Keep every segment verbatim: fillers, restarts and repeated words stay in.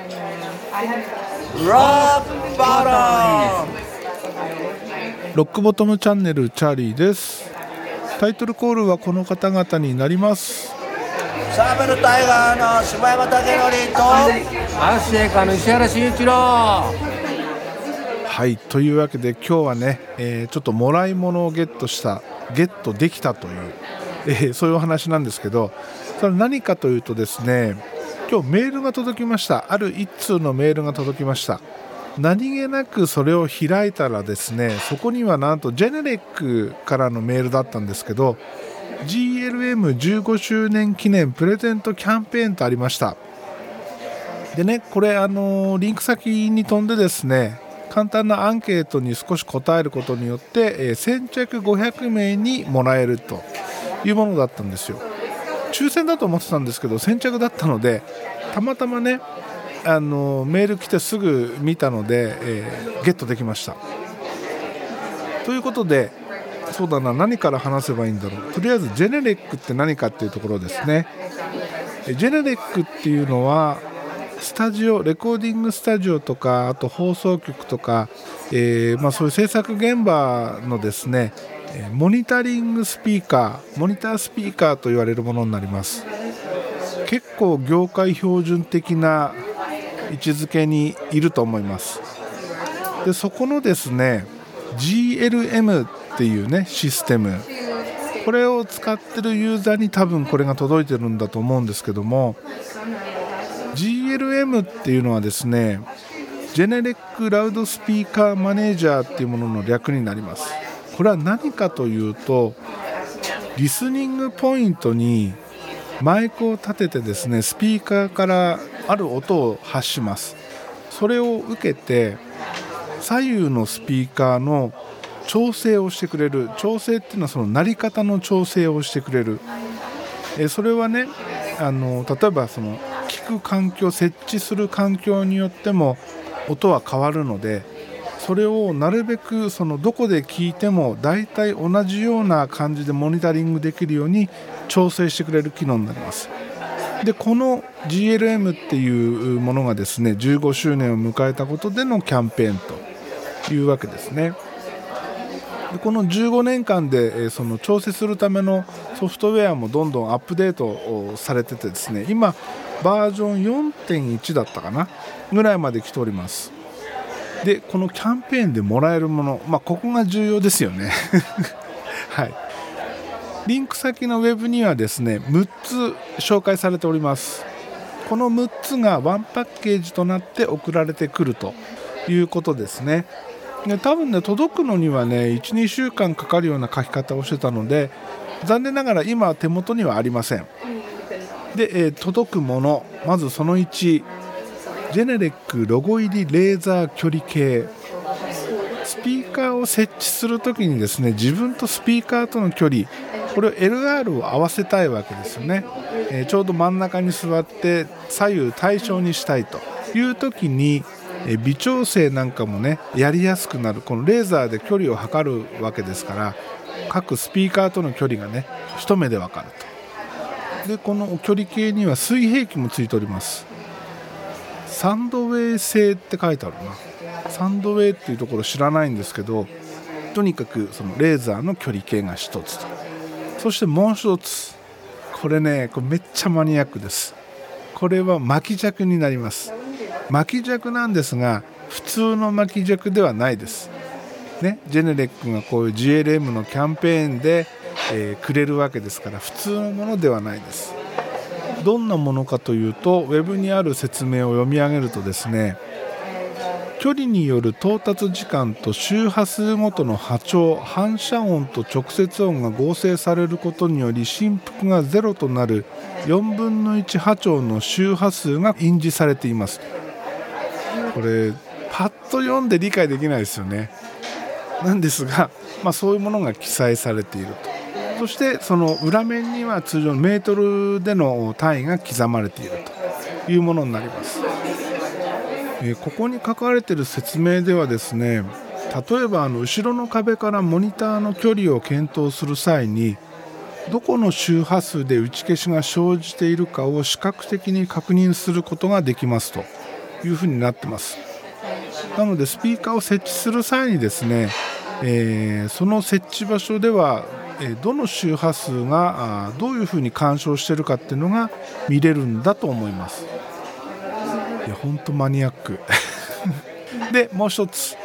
Rock Bottom。 ロックボトムチャンネルチャーリーです。タイトルコールはこの方々になります。 サーベルタイガーの柴山武則とアッシェイカーの石原慎一郎。 はい、というわけで今日はね、えー、ちょっともらい物をゲットしたゲットできたという、えー、そういうお話なんですけど、それ何かというとですね、今日メールが届きました。ある一通のメールが届きました。何気なくそれを開いたらですね、そこにはなんとジェネレックからのメールだったんですけど、 ジーエルエムじゅうご 周年記念プレゼントキャンペーンとありました。でね、これあのリンク先に飛んでですね、簡単なアンケートに少し答えることによって、えー、先着ごひゃくめいにもらえるというものだったんですよ。抽選だと思ってたんですけど先着だったので、たまたまねあのメール来てすぐ見たので、えー、ゲットできました。ということで、そうだな、何から話せばいいんだろう。とりあえずジェネレックって何かっていうところですね。ジェネレックっていうのはスタジオ、レコーディングスタジオとか、あと放送局とか、えーまあ、そういう制作現場のですね、モニタリングスピーカー、モニタースピーカーと言われるものになります。結構業界標準的な位置づけにいると思います。でそこのですね ジーエルエム っていうねシステム、これを使ってるユーザーに多分これが届いてるんだと思うんですけども、ジーエルエム っていうのはですね、ジェネレックラウドスピーカーマネージャーっていうものの略になります。これは何かというと、リスニングポイントにマイクを立ててですね、スピーカーからある音を発します。それを受けて左右のスピーカーの調整をしてくれる。調整っていうのはその鳴り方の調整をしてくれる。えそれはね、あの例えばその聞く環境、設置する環境によっても音は変わるので、それをなるべくそのどこで聞いても大体同じような感じでモニタリングできるように調整してくれる機能になります。でこの ジーエルエム っていうものがですねじゅうごしゅうねんを迎えたことでのキャンペーンというわけですね。でこのじゅうごねんかんでその調整するためのソフトウェアもどんどんアップデートされててですね、今バージョン よんてんいち だったかなぐらいまで来ております。でこのキャンペーンでもらえるもの、まあ、ここが重要ですよねはい、リンク先のウェブにはですねむっつ紹介されております。このむっつがワンパッケージとなって送られてくるということですね。で多分ね届くのにはね いちにしゅうかんかかるような書き方をしてたので、残念ながら今は手元にはありません。で、えー、届くもの、まずそのいち、ジェネレックロゴ入りレーザー距離計。スピーカーを設置するときにですね、自分とスピーカーとの距離、これを エルアール を合わせたいわけですよね。えー、ちょうど真ん中に座って左右対称にしたいというときに、えー、微調整なんかもねやりやすくなる。このレーザーで距離を測るわけですから、各スピーカーとの距離がね一目でわかると。でこの距離計には水平器もついております。サンドウェイ製って書いてあるな。サンドウェイっていうところ知らないんですけど、とにかくそのレーザーの距離計が一つと、そしてもう一つ、これねこれめっちゃマニアックです。これは巻き尺になります。巻き尺なんですが普通の巻き尺ではないですね。ジェネレックがこういう ジーエルエム のキャンペーンで、えー、くれるわけですから、普通のものではないです。どんなものかというと、ウェブにある説明を読み上げるとですね、距離による到達時間と周波数ごとの波長、反射音と直接音が合成されることにより振幅がゼロとなるよんぶんのいち波長の周波数が印字されています。これパッと読んで理解できないですよね。なんですが、まあ、そういうものが記載されていると。そしてその裏面には通常のメートルでの単位が刻まれているというものになります。えー、ここに書かれている説明ではですね、例えばあの後ろの壁からモニターの距離を検討する際に、どこの周波数で打ち消しが生じているかを視覚的に確認することができますというふうになってます。なのでスピーカーを設置する際にですね、えー、その設置場所では、えー、どの周波数がどういうふうに干渉しているかっていうのが見れるんだと思います。いや本当マニアックでもう一つ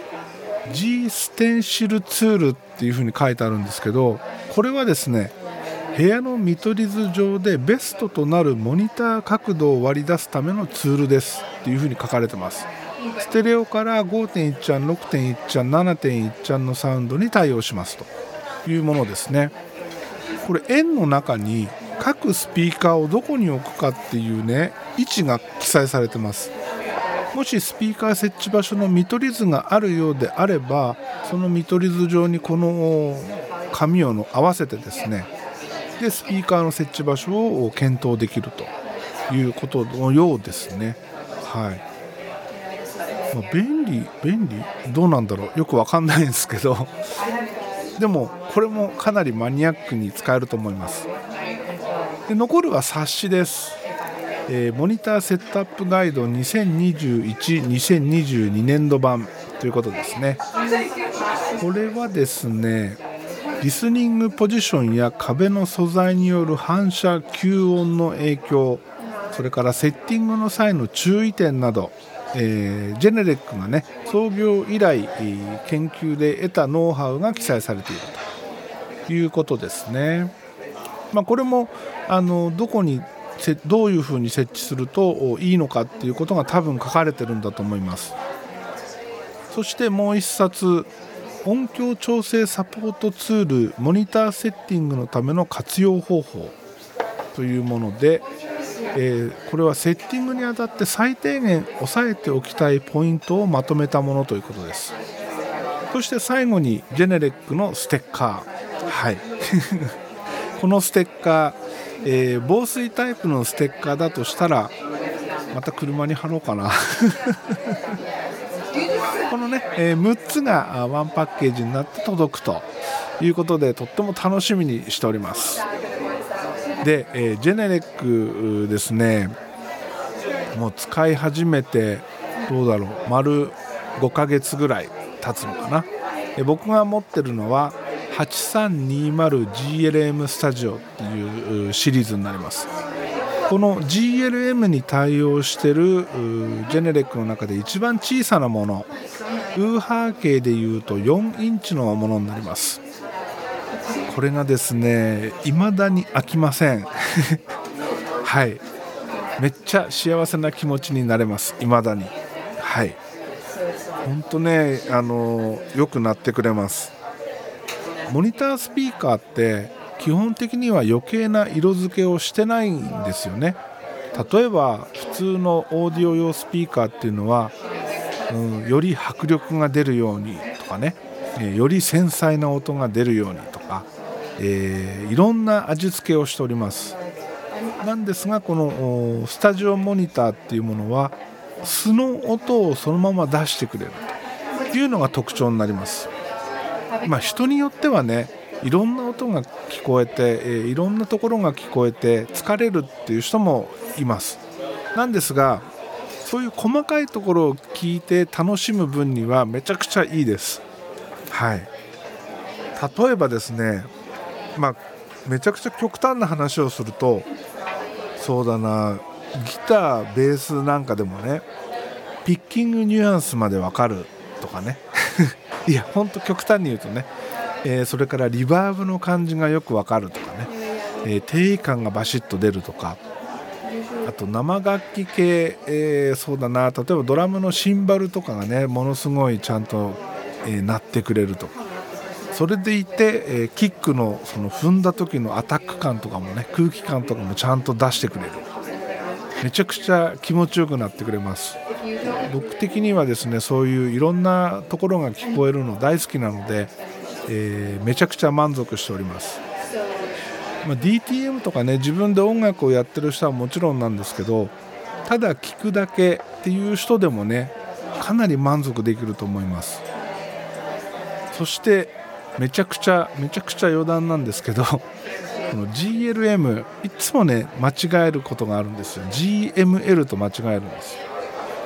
G ステンシルツールっていうふうに書いてあるんですけど、これはですね部屋の見取り図上でベストとなるモニター角度を割り出すためのツールですっていうふうに書かれてます。ステレオから ごてんいち チャン、ろくてんいち チャン、ななてんいち チャンのサウンドに対応しますというものですね。これ円の中に各スピーカーをどこに置くかっていうね位置が記載されてます。もしスピーカー設置場所の見取り図があるようであれば、その見取り図上にこの紙をの合わせてですね、でスピーカーの設置場所を検討できるということのようですね。はい。まあ、便利便利どうなんだろう、よくわかんないんですけどでもこれもかなりマニアックに使えると思います。で残るは冊子です。えー、モニターセットアップガイドにせんにじゅういち、にせんにじゅうにねんど版ということですね。これはですねリスニングポジションや壁の素材による反射吸音の影響、それからセッティングの際の注意点など、えー、ジェネレックがね創業以来、えー、研究で得たノウハウが記載されているということですね。まあ、これもあのどこにどういうふうに設置するといいのかっていうことが多分書かれてるんだと思います。そしてもう一冊、音響調整サポートツールモニターセッティングのための活用方法というもので、えー、これはセッティングにあたって最低限押さえておきたいポイントをまとめたものということです。そして最後にジェネレックのステッカー、はいこのステッカー、えー、防水タイプのステッカーだとしたらまた車に貼ろうかなこのね、えー、むっつがワンパッケージになって届くということで、とっても楽しみにしております。で、えー、ジェネレックですね、もう使い始めてどうだろう、丸ごかげつぐらい経つのかな。えー、僕が持ってるのははちさんにーまるジーエルエム スタジオっていうシリーズになります。この ジーエルエム に対応しているジェネレックの中で一番小さなもの、ウーハー系でいうとよんインチのものになります。これがですね未だに飽きませんはい、めっちゃ幸せな気持ちになれます。未だに、はい、本当ね、あのよくなってくれます。モニタースピーカーって基本的には余計な色付けをしてないんですよね。例えば普通のオーディオ用スピーカーっていうのは、うん、より迫力が出るようにとかね、えー、より繊細な音が出るようにとか、えー、いろんな味付けをしております。なんですがこのスタジオモニターっていうものは素の音をそのまま出してくれるというのが特徴になります。まあ、人によってはねいろんな音が聞こえて、えー、いろんなところが聞こえて疲れるっていう人もいます。なんですがそういう細かいところを聞いて楽しむ分にはめちゃくちゃいいです。はい、例えばですね、まあ、めちゃくちゃ極端な話をすると、そうだな、ギターベースなんかでもねピッキングニュアンスまでわかるとかねいやほんと極端に言うとね、えー、それからリバーブの感じがよくわかるとかね、えー、低音がバシッと出るとか、あと生楽器系、えー、そうだな、例えばドラムのシンバルとかがねものすごいちゃんと、えー、鳴ってくれるとか、それでいて、えー、キックのその踏んだ時のアタック感とかもね、空気感とかもちゃんと出してくれる。めちゃくちゃ気持ちよくなってくれます。僕的にはですねそういういろんなところが聞こえるの大好きなので、えー、めちゃくちゃ満足しております。まあ、ディーティーエム とかね自分で音楽をやってる人はもちろんなんですけど、ただ聴くだけっていう人でもねかなり満足できると思います。そしてめちゃくちゃめちゃくちゃ余談なんですけどこの ジーエルエム いつもね間違えることがあるんですよ。 ジーエムエル と間違えるんですよ。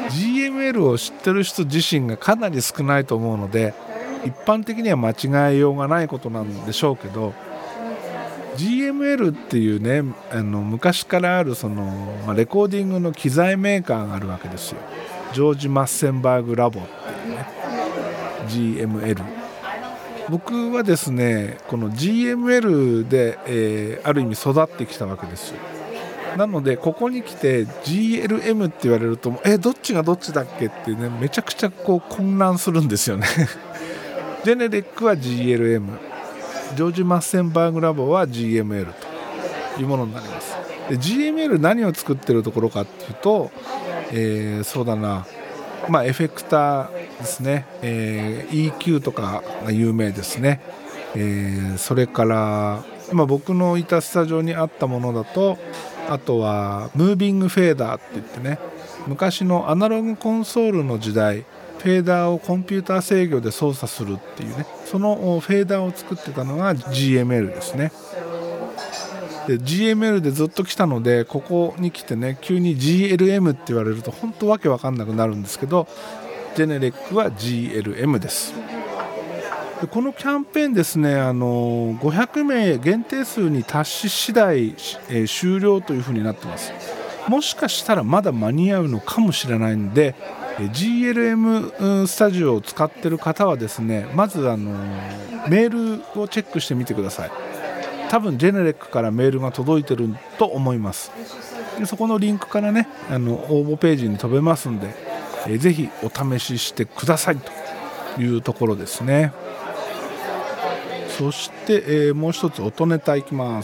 ジーエムエル を知ってる人自身がかなり少ないと思うので、一般的には間違えようがないことなんでしょうけど、 ジーエムエル っていうね、あの昔からあるその、まあ、レコーディングの機材メーカーがあるわけですよ。ジョージ・マッセンバーグ・ラボっていうね ジーエムエル。 僕はですねこの ジーエムエル で、えー、ある意味育ってきたわけですよ。なのでここに来て ジーエルエム って言われると、えどっちがどっちだっけってね、めちゃくちゃこう混乱するんですよねジェネレックは ジーエルエム、 ジョージ・マッセンバーグ・ラボは ジーエムエル というものになります。で ジーエムエル 何を作ってるところかっていうと、えー、そうだな、まあ、エフェクターですね、えー、イーキュー とかが有名ですね、えー、それから今僕のいたスタジオにあったものだと、あとはムービングフェーダーって言ってね、昔のアナログコンソールの時代、フェーダーをコンピューター制御で操作するっていうね、そのフェーダーを作ってたのが ジーエムエル ですね。で ジーエムエル でずっと来たので、ここに来てね急に ジーエルエム って言われると本当わけわかんなくなるんですけど、ジェネレックは ジーエルエム です。でこのキャンペーンですね、あのごひゃくめい限定数に達し次第、えー、終了というふうになってます。もしかしたらまだ間に合うのかもしれないんで、ジーエルエム スタジオを使っている方はですね、まずあのメールをチェックしてみてください。多分ジェネレックからメールが届いてると思います。でそこのリンクからね、あの応募ページに飛べますんで、えー、ぜひお試ししてくださいというところですね。そして、えー、もう一つ音ネタいきます。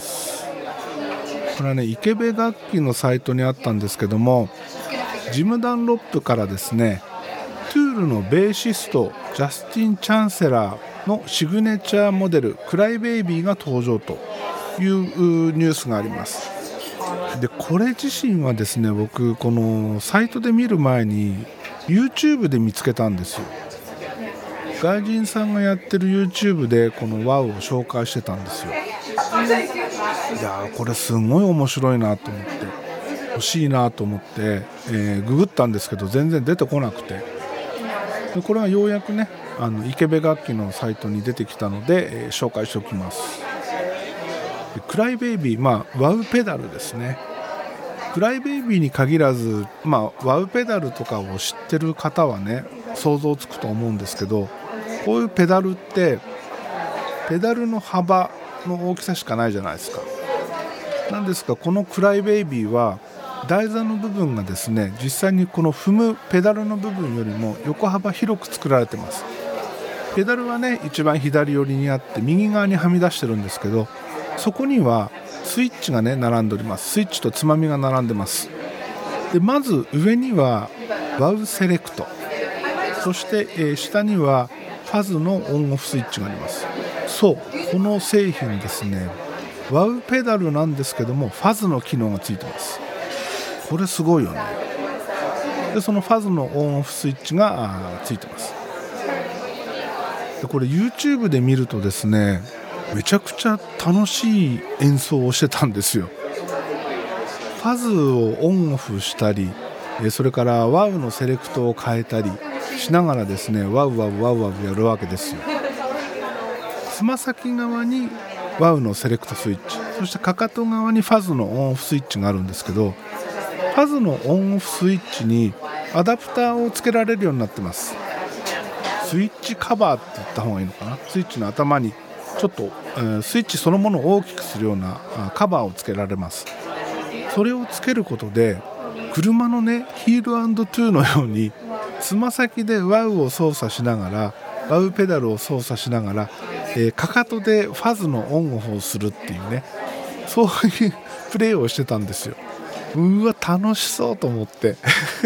これはね池部楽器のサイトにあったんですけども、ジム・ダンロップからですね、トゥールのベーシストジャスティン・チャンセラーのシグネチャーモデルクライベイビーが登場というニュースがあります。でこれ自身はですね、僕このサイトで見る前に YouTube で見つけたんですよ。外人さんがやってる YouTube でこの ワウ を紹介してたんですよ。いやこれすごい面白いなと思って、欲しいなと思って、えー、ググったんですけど全然出てこなくて、でこれはようやくねあの池部楽器のサイトに出てきたので、えー、紹介しておきます。でクライベイビー、まあ ワウ ペダルですね。クライベイビーに限らず、まあ、ワウ ペダルとかを知ってる方はね想像つくと思うんですけど、こういうペダルってペダルの幅の大きさしかないじゃないですか。なんですがこのクライベイビーは台座の部分がですね、実際にこの踏むペダルの部分よりも横幅広く作られてます。ペダルはね一番左寄りにあって右側にはみ出してるんですけど、そこにはスイッチがね並んでおります。スイッチとつまみが並んでます。でまず上には ワウ セレクト、そして、えー、下にはファズのオンオフスイッチがあります。そう、この製品ですね、ワウ ペダルなんですけどもファズの機能がついてます。これすごいよね。でそのファズのオンオフスイッチがついてます。でこれ YouTube で見るとですね、めちゃくちゃ楽しい演奏をしてたんですよ。ファズをオンオフしたり、それからワウのセレクトを変えたりしながらですね、ワウワウワウワウやるわけですよ。つま先側にワウのセレクトスイッチ、そしてかかと側にファズのオンオフスイッチがあるんですけど、ファズのオンオフスイッチにアダプターをつけられるようになってます。スイッチカバーって言った方がいいのかな。スイッチの頭にちょっと、えー、スイッチそのものを大きくするようなカバーをつけられます。それをつけることで車のねヒール&トゥーのようにつま先でワウを操作しながら、ワウペダルを操作しながら、えー、かかとでファズのオンオフをするっていうね、そういうプレーをしてたんですよ。うわ楽しそうと思って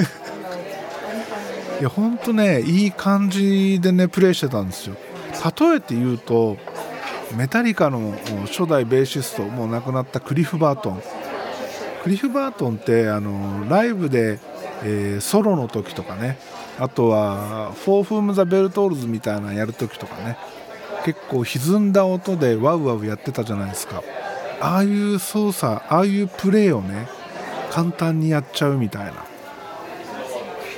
いやほんとねいい感じでねプレーしてたんですよ。例えて言うとメタリカの初代ベーシスト、もう亡くなったクリフ・バートンクリフ・バートンってあのライブで、えー、ソロの時とかね、あとはフォー・フーム・ザ・ベルトールズみたいなのやる時とかね、結構歪んだ音でワウワウやってたじゃないですか。ああいう操作、ああいうプレーをね簡単にやっちゃうみたいな、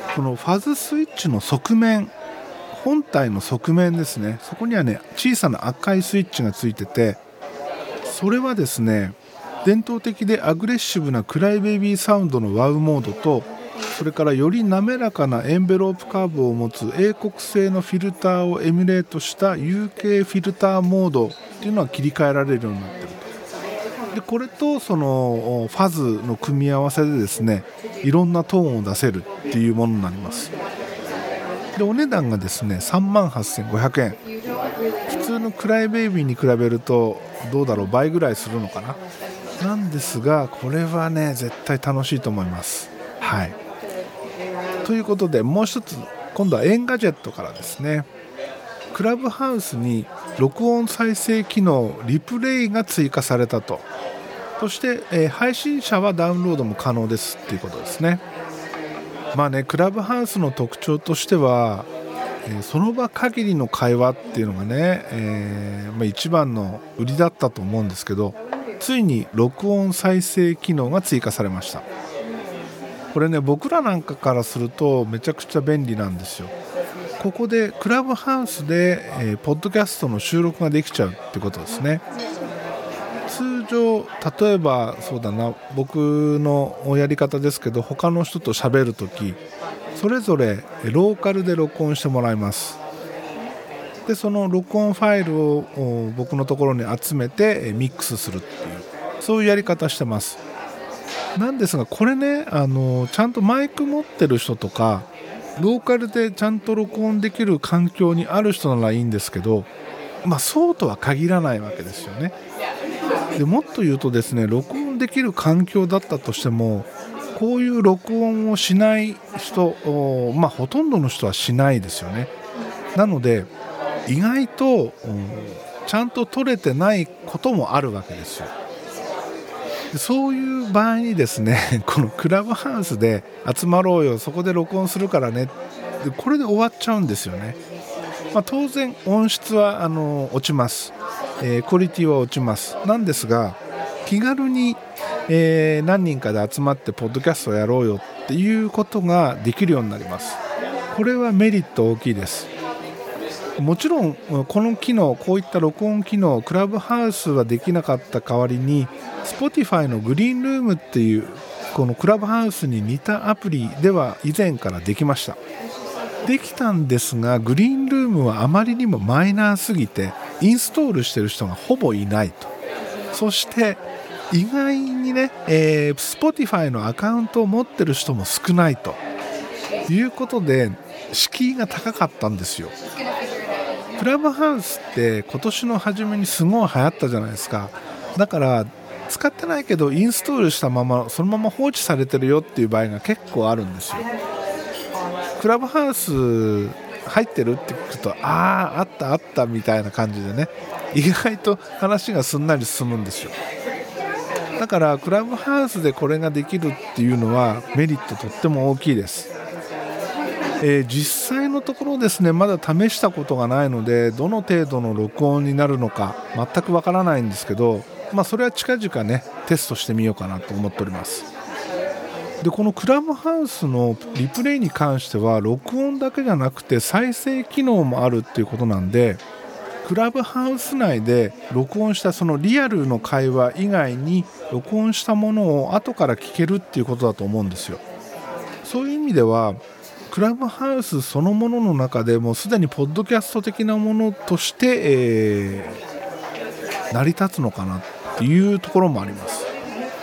このファズスイッチの側面、本体の側面ですね、そこにはね小さな赤いスイッチがついてて、それはですね伝統的でアグレッシブなクライベイビーサウンドのワウモードと、それからより滑らかなエンベロープカーブを持つ英国製のフィルターをエミュレートした ユーケー フィルターモードっていうのは切り替えられるようになっていると。でこれとそのファズの組み合わせでですね、いろんなトーンを出せるっていうものになります。でお値段がですね さんまんはっせんごひゃくえん、普通のクライベイビーに比べるとどうだろう、倍ぐらいするのかな。なんですがこれはね絶対楽しいと思います。はい、ということで、もう一つ今度はエンガジェットからですね、クラブハウスに録音再生機能リプレイが追加されたと。そして、えー、配信者はダウンロードも可能ですっていうことですね。まあね、クラブハウスの特徴としては、えー、その場限りの会話っていうのがね、えーまあ、一番の売りだったと思うんですけど、ついに録音再生機能が追加されました。これね、僕らなんかからするとめちゃくちゃ便利なんですよ。ここでクラブハウスで、えー、ポッドキャストの収録ができちゃうってことですね。通常例えばそうだな、僕のやり方ですけど、他の人と喋るときそれぞれローカルで録音してもらいます。でその録音ファイルを僕のところに集めてミックスするっていう、そういうやり方してます。なんですがこれね、あのちゃんとマイク持ってる人とかローカルでちゃんと録音できる環境にある人ならいいんですけど、まあそうとは限らないわけですよね。でもっと言うとですね、録音できる環境だったとしても、こういう録音をしない人、まあほとんどの人はしないですよね。なので意外とちゃんと撮れてないこともあるわけですよ。そういう場合にですね、このクラブハウスで集まろうよ、そこで録音するからね、でこれで終わっちゃうんですよね。まあ、当然音質はあの落ちます、えー、クオリティは落ちます。なんですが気軽に、えー、何人かで集まってポッドキャストをやろうよっていうことができるようになります。これはメリット大きいです。もちろんこの機能、こういった録音機能、クラブハウスはできなかった代わりに Spotify のグリーンルームっていうこのクラブハウスに似たアプリでは以前からできました。できたんですが、グリーンルームはあまりにもマイナーすぎてインストールしてる人がほぼいないと。そして意外にね、えー、Spotify のアカウントを持ってる人も少ないということで敷居が高かったんですよ。クラブハウスって今年の初めにすごい流行ったじゃないですか。だから使ってないけどインストールしたままそのまま放置されてるよっていう場合が結構あるんですよ。クラブハウス入ってるって聞くと、あああったあったみたいな感じでね、意外と話がすんなり進むんですよ。だからクラブハウスでこれができるっていうのはメリットとっても大きいです。えー、実際のところですね、まだ試したことがないのでどの程度の録音になるのか全くわからないんですけど、まあ、それは近々ねテストしてみようかなと思っております。でこのクラブハウスのリプレイに関しては録音だけじゃなくて再生機能もあるっていうことなんで、クラブハウス内で録音したそのリアルの会話以外に録音したものを後から聞けるっていうことだと思うんですよ。そういう意味ではクラブハウスそのものの中でもうすでにポッドキャスト的なものとして、えー、成り立つのかなっていうところもあります。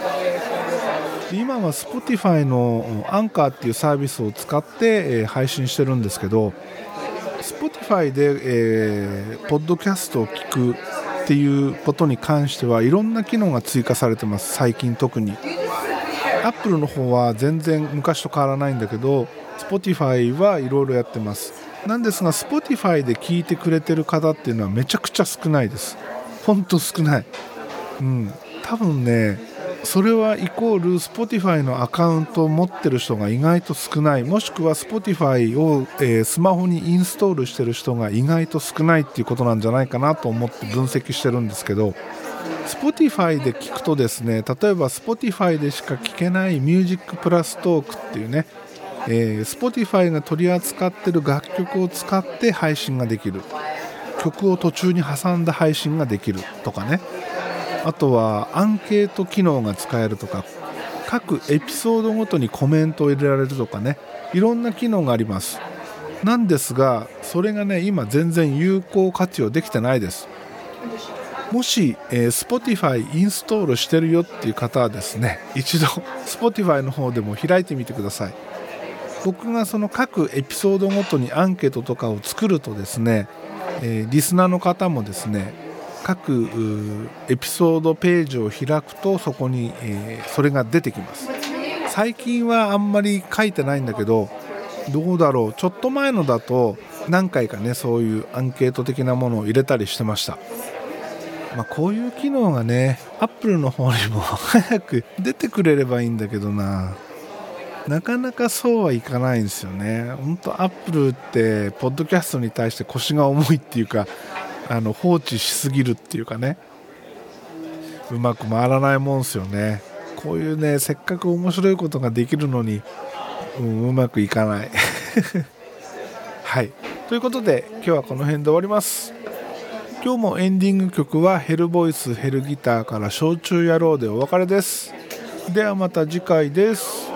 今は Spotify のアンカーっていうサービスを使って、えー、配信してるんですけど、 Spotify で、えー、ポッドキャストを聞くっていうことに関してはいろんな機能が追加されてます。最近特に Apple の方は全然昔と変わらないんだけどSpotify はいろいろやってます。なんですが Spotify で聞いてくれてる方っていうのはめちゃくちゃ少ないです。ほんと少ない、うん、多分ねそれはイコール Spotify のアカウントを持ってる人が意外と少ない、もしくは Spotify を、えー、スマホにインストールしてる人が意外と少ないっていうことなんじゃないかなと思って分析してるんですけど、 Spotify で聞くとですね、例えば Spotify でしか聞けないミュージックプラストークっていうね、 えー、Spotify が取り扱っている楽曲を使って配信ができる、曲を途中に挟んだ配信ができるとかね、あとはアンケート機能が使えるとか、各エピソードごとにコメントを入れられるとかね、いろんな機能があります。なんですが、それがね今全然有効活用できてないです。もし、えー、Spotify インストールしてるよっていう方はですね、一度 Spotify の方でも開いてみてください。僕がその各エピソードごとにアンケートとかを作るとですね、えー、リスナーの方もですね、各エピソードページを開くとそこに、えー、それが出てきます。最近はあんまり書いてないんだけど、どうだろう、ちょっと前のだと何回かねそういうアンケート的なものを入れたりしてました。まあ、こういう機能がね Apple の方にも早く出てくれればいいんだけどな、なかなかそうはいかないんですよね。本当 Apple ってポッドキャストに対して腰が重いっていうか、あの放置しすぎるっていうかね、うまく回らないもんですよね。こういうねせっかく面白いことができるのに、うん、うまくいかないはい、ということで今日はこの辺で終わります。今日もエンディング曲はヘルボイスヘルギターから焼酎野郎でお別れです。ではまた次回です。